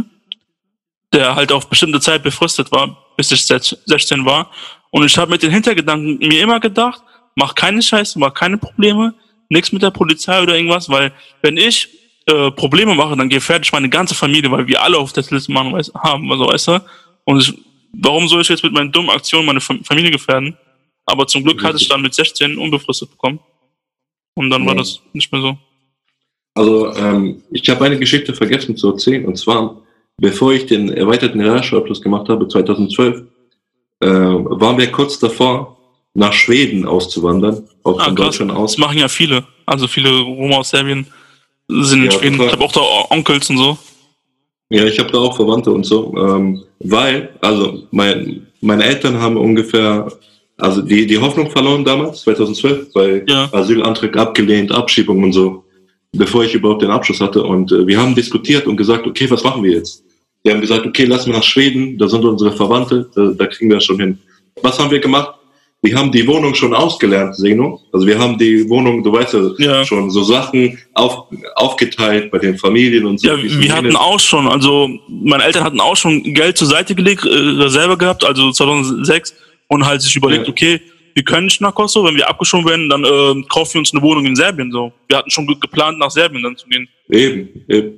S1: der halt auf bestimmte Zeit befristet war, bis ich sechzehn war. Und ich habe mit den Hintergedanken mir immer gedacht, mach keine Scheiße, mach keine Probleme, nichts mit der Polizei oder irgendwas, weil wenn ich äh, Probleme mache, dann gefährde ich meine ganze Familie, weil wir alle auf der Liste machen, weiß, haben, also weißt du. Und ich, warum soll ich jetzt mit meinen dummen Aktionen meine Familie gefährden? Aber zum Glück hatte ich dann mit sechzehn unbefristet bekommen. Und dann ja. war das nicht mehr so.
S3: Also ähm, ich habe eine Geschichte vergessen zu erzählen, und zwar, bevor ich den erweiterten Realschulabschluss gemacht habe, zweitausendzwölf, äh, waren wir kurz davor, nach Schweden auszuwandern, auch
S1: ah,
S3: von
S1: krass.
S3: Deutschland aus.
S1: Das machen ja viele, also viele Roma aus Serbien sind in
S3: ja,
S1: Schweden.
S3: total.
S1: Ich habe auch da Onkels und so.
S3: Ja, ich habe da auch Verwandte und so, ähm, weil, also mein, meine Eltern haben ungefähr, also die, die Hoffnung verloren damals, zweitausendzwölf, weil
S1: ja.
S3: Asylantrag abgelehnt, Abschiebung und so, bevor ich überhaupt den Abschluss hatte. Und äh, wir haben diskutiert und gesagt, okay, was machen wir jetzt? Die haben gesagt, okay, lass mal nach Schweden, da sind unsere Verwandte, da, da kriegen wir das schon hin. Was haben wir gemacht? Wir haben die Wohnung schon ausgelernt, Seno. Also wir haben die Wohnung, du weißt ja, ja. schon so Sachen auf, aufgeteilt bei den Familien und so.
S1: Ja, wir hatten auch schon, also meine Eltern hatten auch schon Geld zur Seite gelegt, äh, Reserve gehabt, also zweitausendsechs, und halt sich überlegt, ja. okay, wir können nicht nach Kosovo, wenn wir abgeschoben werden, dann äh, kaufen wir uns eine Wohnung in Serbien. So, wir hatten schon geplant, nach Serbien dann zu gehen.
S3: Eben, eben.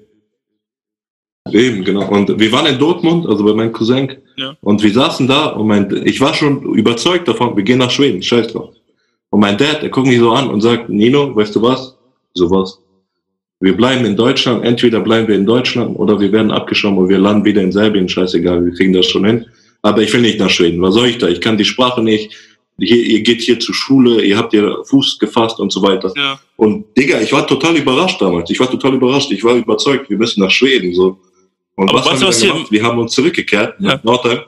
S3: Eben, genau. Und wir waren in Dortmund, also bei meinem Cousin, ja. und wir saßen da und mein, ich war schon überzeugt davon, wir gehen nach Schweden, scheiß drauf. Und mein Dad, der guckt mich so an und sagt, Nino, weißt du was? So was. Wir bleiben in Deutschland, entweder bleiben wir in Deutschland oder wir werden abgeschoben und wir landen wieder in Serbien, scheißegal, wir kriegen das schon hin. Aber ich will nicht nach Schweden, was soll ich da? Ich kann die Sprache nicht, hier, ihr geht hier zur Schule, ihr habt ihr Fuß gefasst und so weiter.
S1: Ja.
S3: Und Digga, ich war total überrascht damals, ich war total überrascht, ich war überzeugt, wir müssen nach Schweden, so. Und
S1: aber
S3: was haben wir
S1: was
S3: dann gemacht? Wir haben uns zurückgekehrt
S1: ja.
S3: nach Nordheim.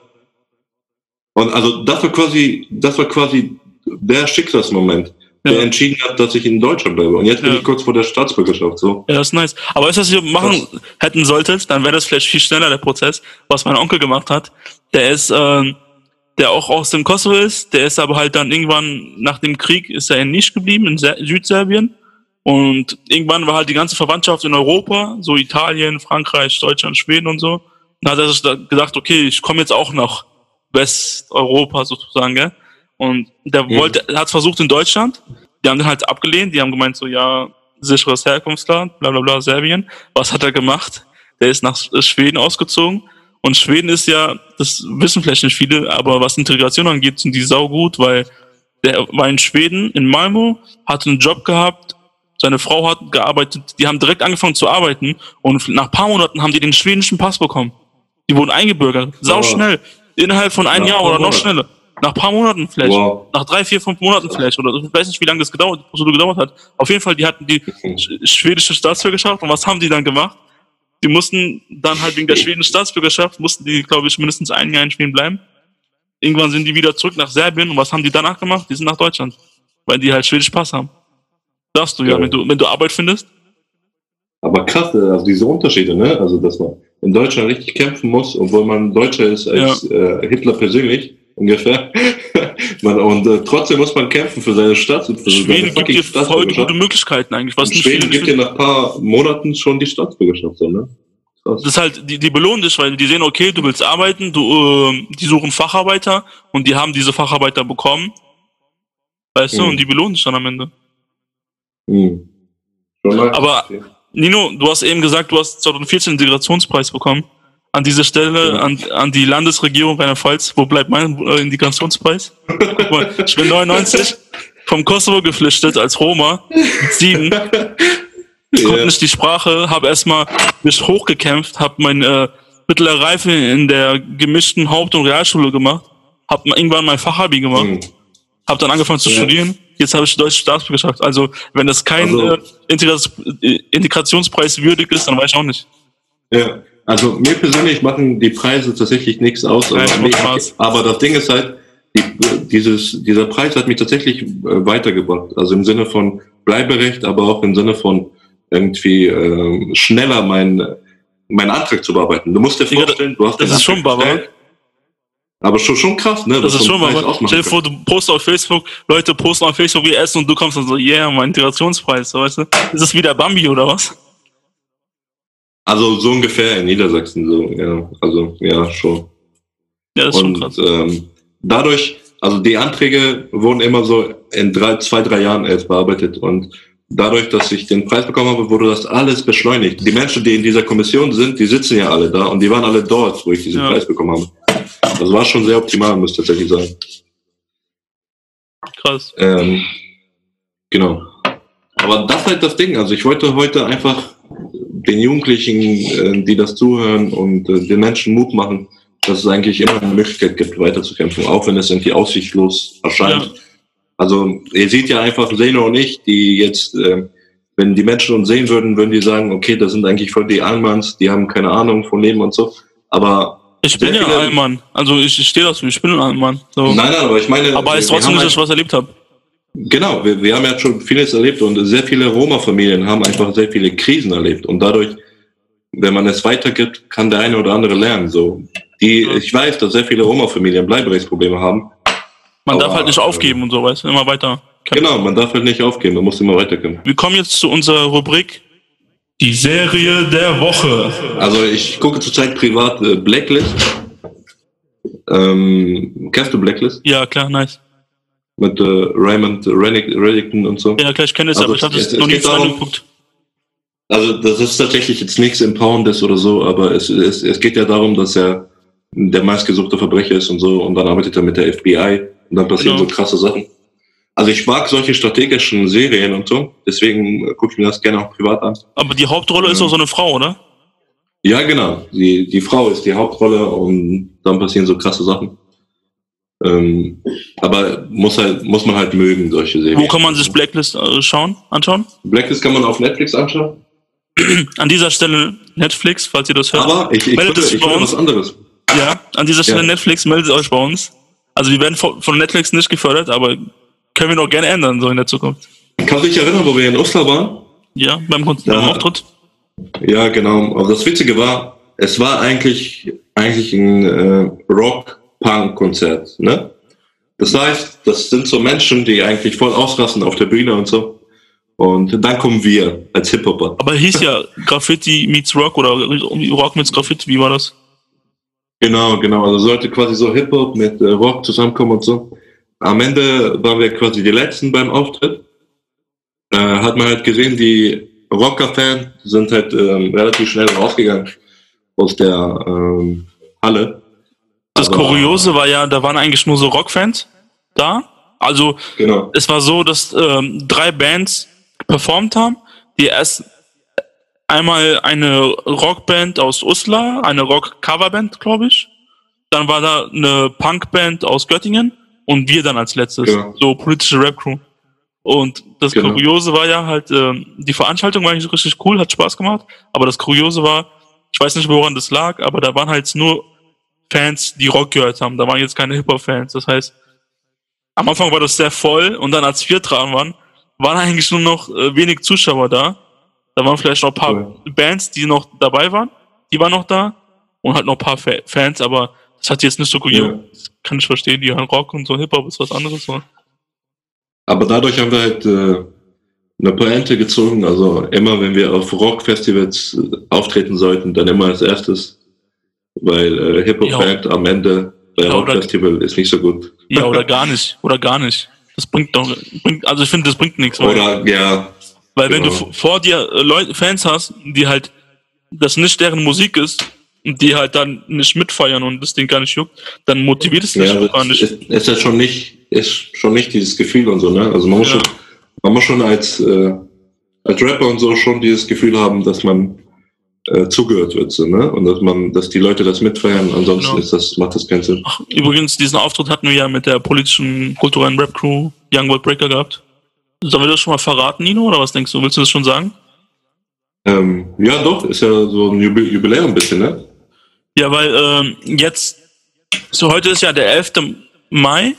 S3: Und also das war quasi, das war quasi der Schicksalsmoment, ja. der entschieden hat, dass ich in Deutschland bleibe. Und jetzt bin ja. ich kurz vor der Staatsbürgerschaft. So.
S1: Ja, das ist nice. Aber weißt du, was ihr machen was? hätten solltet, dann wäre das vielleicht viel schneller, der Prozess, was mein Onkel gemacht hat. Der ist, äh, der auch aus dem Kosovo ist, der ist aber halt dann irgendwann nach dem Krieg ist er in Niš geblieben, in Ser- Südserbien. Und irgendwann war halt die ganze Verwandtschaft in Europa, so Italien, Frankreich, Deutschland, Schweden und so. Dann hat er sich da gedacht, okay, ich komme jetzt auch nach Westeuropa sozusagen, gell? Und der ja. wollte, hat versucht in Deutschland, die haben den halt abgelehnt, die haben gemeint so, ja, sicheres Herkunftsland, bla bla bla, Serbien. Was hat er gemacht? Der ist nach Schweden ausgezogen. Und Schweden ist ja, das wissen vielleicht nicht viele, aber was Integration angeht, sind die saugut, weil der war in Schweden, in Malmö, hatte einen Job gehabt, seine Frau hat gearbeitet, die haben direkt angefangen zu arbeiten und nach ein paar Monaten haben die den schwedischen Pass bekommen. Die wurden eingebürgert, sau schnell, innerhalb von einem Jahr oder noch schneller. Nach ein paar Monaten vielleicht, wow. nach drei, vier, fünf Monaten vielleicht, oder ich weiß nicht, wie lange das gedauert, die Prozedur gedauert hat. Auf jeden Fall, die hatten die schwedische Staatsbürgerschaft und was haben die dann gemacht? Die mussten dann halt wegen der schwedischen Staatsbürgerschaft, mussten die, glaube ich, mindestens ein Jahr in Schweden bleiben. Irgendwann sind die wieder zurück nach Serbien und was haben die danach gemacht? Die sind nach Deutschland, weil die halt schwedischen Pass haben. Darfst du ja, ja, wenn du, wenn du Arbeit findest.
S3: Aber krass, also diese Unterschiede, ne? Also, dass man in Deutschland richtig kämpfen muss, obwohl man Deutscher ist als ja. äh, Hitler persönlich, ungefähr. man, und äh, trotzdem muss man kämpfen für seine Stadt und für
S1: Schweden
S3: seine
S1: gibt dir voll gute Möglichkeiten eigentlich. Was
S3: Schweden gibt dir nach ein paar Monaten schon die Staatsbürgerschaft, so, ne? krass.
S1: Das ist halt, die, die belohnen dich, weil die sehen, okay, du willst arbeiten, du, äh, die suchen Facharbeiter und die haben diese Facharbeiter bekommen. Weißt
S3: Mhm.
S1: du, und die belohnen dich dann am Ende.
S3: Mhm. Schon nice.
S1: Aber, Nino, du hast eben gesagt, du hast zwanzig vierzehn einen Integrationspreis bekommen. An dieser Stelle,
S3: Ja.
S1: an, an die Landesregierung Rheinland-Pfalz, wo bleibt mein äh, Integrationspreis? Guck mal, ich bin neunundneunzig vom Kosovo geflüchtet als Roma mit sieben. Ich konnte
S3: Ja.
S1: nicht die Sprache, habe erstmal mich hochgekämpft, habe meine äh, mittlere Reife in der gemischten Haupt- und Realschule gemacht, habe irgendwann mein Fachabi gemacht,
S3: Mhm.
S1: habe dann angefangen zu
S3: Ja.
S1: studieren. Jetzt habe ich deutsche Staatsbürgerschaft. Also wenn das kein
S3: Also-
S1: äh, Integras- äh, Integrationspreis würdig ist, dann weiß ich auch nicht.
S3: Ja, also mir persönlich machen die Preise tatsächlich nichts aus.
S1: Nein,
S3: Also,
S1: macht Spaß.
S3: aber das Ding ist halt, die, dieses, dieser Preis hat mich tatsächlich äh, weitergebracht. Also im Sinne von Bleiberecht, aber auch im Sinne von irgendwie äh, schneller meinen meinen Antrag zu bearbeiten. Du musst dir
S1: Digga,
S3: vorstellen, du hast
S1: das
S3: den
S1: ist schon
S3: Antrag
S1: Baba.
S3: gestellt, aber schon, schon krass, ne?
S1: Das
S3: was
S1: ist
S3: so ein
S1: schon
S3: Preis
S1: mal.
S3: ausmachen
S1: Stell dir
S3: kann.
S1: vor, du postest auf Facebook, Leute posten auf Facebook, wir essen und du kommst dann so, yeah, mein Integrationspreis, so, weißt du? Ist das wie der Bambi oder was?
S3: Also so ungefähr in Niedersachsen, so, ja. Also, ja, schon.
S1: Ja, das ist schon
S3: Und
S1: krass.
S3: ähm, dadurch, also die Anträge wurden immer so in drei, zwei, drei Jahren erst bearbeitet. Und dadurch, dass ich den Preis bekommen habe, wurde das alles beschleunigt. Die Menschen, die in dieser Kommission sind, die sitzen ja alle da und die waren alle dort, wo ich diesen
S1: Ja.
S3: Preis bekommen habe. Das war schon sehr optimal, muss ich tatsächlich sagen.
S1: Krass.
S3: Ähm, genau. Aber das ist halt das Ding. Also ich wollte heute einfach den Jugendlichen, äh, die das zuhören und äh, den Menschen Mut machen, dass es eigentlich immer eine Möglichkeit gibt, weiterzukämpfen, auch wenn es irgendwie aussichtslos erscheint.
S1: Ja.
S3: Also ihr seht ja einfach Zeno und ich, die jetzt, äh, wenn die Menschen uns sehen würden, würden die sagen, okay, das sind eigentlich voll die Allmanns, die haben keine Ahnung von Leben und so. Aber
S1: Ich bin
S3: sehr
S1: ja ein
S3: viele-
S1: Allmann. Also ich, ich stehe dazu, ich bin ein Allmann. So.
S3: Nein, nein, aber ich meine,
S1: Aber heißt
S3: wir
S1: trotzdem
S3: haben
S1: nicht, dass ich
S3: halt-
S1: was erlebt habe.
S3: Genau, wir, wir haben ja schon vieles erlebt und sehr viele Roma-Familien haben einfach sehr viele Krisen erlebt und dadurch, wenn man es weitergibt, kann der eine oder andere lernen. So, die,
S1: Ja.
S3: ich weiß, dass sehr viele Roma-Familien Bleiberechtsprobleme haben.
S1: Man
S3: Aber,
S1: darf halt nicht aufgeben und so, weißt du, immer weiter. kämpfen.
S3: Genau, man darf halt nicht aufgeben, man muss immer weiterkämpfen.
S1: Wir kommen jetzt zu unserer Rubrik Die Serie der Woche.
S3: Also ich gucke zurzeit privat äh, Blacklist. Ähm, kennst du Blacklist?
S1: Ja, klar, nice.
S3: Mit äh, Raymond Rennick- Reddington und so.
S1: Ja, klar, ich kenne es,
S3: Also
S1: aber ich habe
S3: es-
S1: das
S3: es
S1: noch nie
S3: geht
S1: zu Ende
S3: darum-
S1: geguckt.
S3: Also das ist tatsächlich jetzt nichts Empowerndes oder so, aber es, es, es geht ja darum, dass er der meistgesuchte Verbrecher ist und so und dann arbeitet er mit der F B I und dann passieren
S1: Genau.
S3: so krasse Sachen. Also ich mag solche strategischen Serien und so, deswegen gucke ich mir das gerne auch privat an.
S1: Aber die Hauptrolle ist
S3: Ja.
S1: doch so eine Frau, oder?
S3: Ja, genau. Die, die Frau ist die Hauptrolle und dann passieren so krasse Sachen. Ähm, aber muss halt, muss man halt mögen, solche Serien.
S1: Wo kann man sich Blacklist äh, schauen, anschauen?
S3: Blacklist kann man auf Netflix anschauen.
S1: An dieser Stelle Netflix, falls ihr das hört.
S3: Aber ich, ich,
S1: Meldet
S3: würde,
S1: sich
S3: ich
S1: bei
S3: würde
S1: uns.
S3: was anderes.
S1: Ja, an dieser Stelle
S3: Ja.
S1: Netflix, meldet euch bei uns. Also wir werden von von Netflix nicht gefördert, aber können wir noch gerne ändern, so in der Zukunft.
S3: Kannst du dich erinnern, wo wir in Oslo waren?
S1: Ja, beim, Kon-
S3: Ja.
S1: beim Auftritt.
S3: Ja, genau. Aber das Witzige war, es war eigentlich, eigentlich ein äh, Rock-Punk-Konzert, ne? Das heißt, das sind so Menschen, die eigentlich voll ausrasten auf der Bühne und so. Und dann kommen wir als Hip-Hopper.
S1: Aber hieß ja Graffiti meets Rock oder Rock meets Graffiti, wie war das?
S3: Genau, genau. Also sollte quasi so Hip-Hop mit äh, Rock zusammenkommen und so. Am Ende waren wir quasi die Letzten beim Auftritt. Äh, hat man halt gesehen, die Rocker-Fans sind halt ähm, relativ schnell rausgegangen aus der ähm, Halle.
S1: Das
S3: Aber-
S1: Kuriose war ja, da waren eigentlich nur so Rockfans da. Also
S3: Genau.
S1: es war so, dass ähm, drei Bands performt haben, die erst einmal eine Rockband aus Uslar, eine Rock-Coverband, glaube ich. Dann war da eine Punkband aus Göttingen und wir dann als letztes.
S3: Genau.
S1: So politische Rap-Crew. Und das
S3: Genau.
S1: Kuriose war ja halt, ähm, die Veranstaltung war eigentlich richtig cool, hat Spaß gemacht, aber das Kuriose war, ich weiß nicht, woran das lag, aber da waren halt nur Fans, die Rock gehört haben. Da waren jetzt keine Hip-Hop-Fans. Das heißt, am Anfang war das sehr voll und dann als wir dran waren, waren eigentlich nur noch äh, wenig Zuschauer da. Da waren vielleicht noch ein paar
S3: Cool.
S1: Bands, die noch dabei waren. Die waren noch da. Und halt noch ein paar Fa- Fans, aber das hat jetzt nicht so
S3: Ja.
S1: gut. Das kann ich verstehen. Die hören Rock und so Hip-Hop ist was anderes. So.
S3: Aber dadurch haben wir halt äh, eine Pointe gezogen. Also immer, wenn wir auf Rockfestivals auftreten sollten, dann immer als erstes, weil äh, Hip-Hop-Band am Ende bei
S1: Ja, oder-
S3: Rockfestival ist nicht so gut.
S1: Ja, oder gar nicht. Oder gar nicht. Das bringt doch, bringt, also ich finde, das bringt nichts. Weil,
S3: Oder, ja,
S1: weil wenn du
S3: genau.
S1: v- vor dir äh, Leute, Fans hast, die halt, das nicht deren Musik ist, und die halt dann nicht mitfeiern und das Ding gar nicht juckt, dann motiviert es dich
S3: ja,
S1: auch gar
S3: es
S1: nicht.
S3: ist, ist ja schon nicht, ist schon nicht dieses Gefühl und so, ne? Also man muss
S1: Ja.
S3: schon, man muss schon als, äh, als Rapper und so schon dieses Gefühl haben, dass man äh, zugehört wird, so, ne? Und dass man, dass die Leute das mitfeiern, ansonsten
S1: Genau.
S3: ist das, macht das keinen Sinn.
S1: Ach, übrigens, diesen Auftritt hatten wir ja mit der politischen, kulturellen Rap-Crew Young World Breaker gehabt. Sollen wir das schon mal verraten, Nino, oder was denkst du? Willst du das schon sagen?
S3: Ähm, ja, doch, ist ja so ein Jubi- Jubiläum ein bisschen, ne?
S1: Ja, weil ähm, jetzt, so heute ist ja der elfte Mai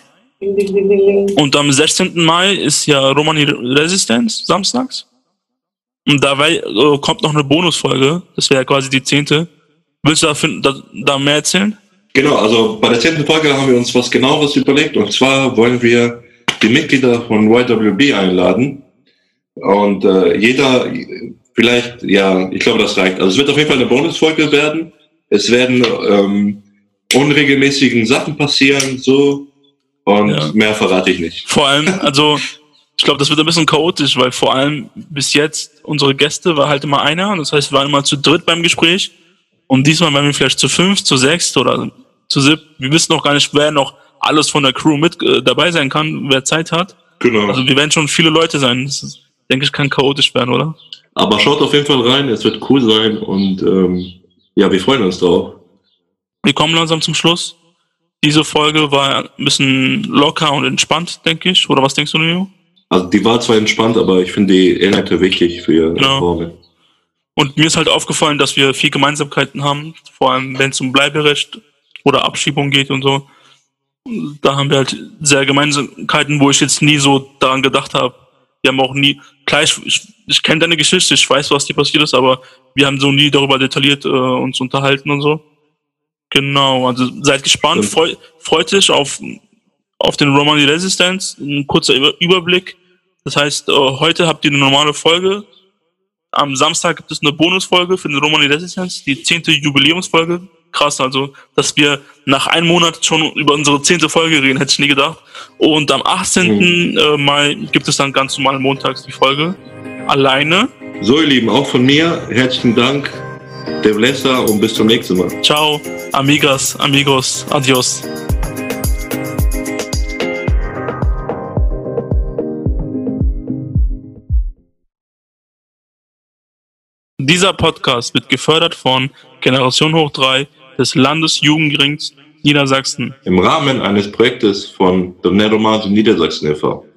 S1: und am sechzehnten Mai ist ja Romani Resistance samstags. Und dabei äh, kommt noch eine Bonusfolge, das wäre ja quasi die zehnte. Willst du da, fin- da, da mehr erzählen?
S3: Genau, also bei der zehnten Folge haben wir uns was Genaueres überlegt, und zwar wollen wir die Mitglieder von Y W B einladen, und äh, jeder vielleicht, ja, ich glaube, das reicht. Also es wird auf jeden Fall eine Bonusfolge werden. Es werden ähm, unregelmäßigen Sachen passieren, so, und
S1: Ja.
S3: mehr verrate ich nicht.
S1: Vor allem, also ich glaube, das wird ein bisschen chaotisch, weil vor allem bis jetzt unsere Gäste war halt immer einer. Das heißt, wir waren immer zu dritt beim Gespräch. Und diesmal waren wir vielleicht zu fünf, zu sechs oder zu sieb. Wir wissen noch gar nicht, wer noch alles von der Crew mit äh, dabei sein kann, wer Zeit hat.
S3: Genau.
S1: Also wir werden schon viele Leute sein. Das ist, denke ich, kann chaotisch werden, oder?
S3: Aber schaut auf jeden Fall rein, es wird cool sein, und ähm, ja, wir freuen uns drauf.
S1: Wir kommen langsam zum Schluss. Diese Folge war ein bisschen locker und entspannt, denke ich. Oder was denkst du, Nino?
S3: Also die war zwar entspannt, aber ich finde die Inhalte wichtig für
S1: Genau.
S3: Formel.
S1: Und mir ist halt aufgefallen, dass wir viel Gemeinsamkeiten haben, vor allem wenn es um Bleiberecht oder Abschiebung geht und so. Da haben wir halt sehr Gemeinsamkeiten, wo ich jetzt nie so daran gedacht habe. Wir haben auch nie, klar, ich, ich, ich kenne deine Geschichte, ich weiß, was dir passiert ist, aber wir haben so nie darüber detailliert äh, uns unterhalten und so. Genau, also seid gespannt,
S3: Stimmt.
S1: freu, freut euch auf, auf den Romani Resistance, ein kurzer Über- Überblick. Das heißt, äh, heute habt ihr eine normale Folge. Am Samstag gibt es eine Bonusfolge für den Romani Resistance, die zehnte Jubiläumsfolge. Krass, also, dass wir nach einem Monat schon über unsere zehnte Folge reden, hätte ich nie gedacht. Und am achtzehnten äh, Mai gibt es dann ganz normal montags die Folge. Alleine.
S3: So, ihr Lieben, auch von mir herzlichen Dank, der Blesser, und bis zum nächsten Mal.
S1: Ciao, amigas, amigos, adios. Dieser Podcast wird gefördert von Generation Hoch drei des Landesjugendrings Niedersachsen.
S3: Im Rahmen eines Projektes von Doneromas Niedersachsen e V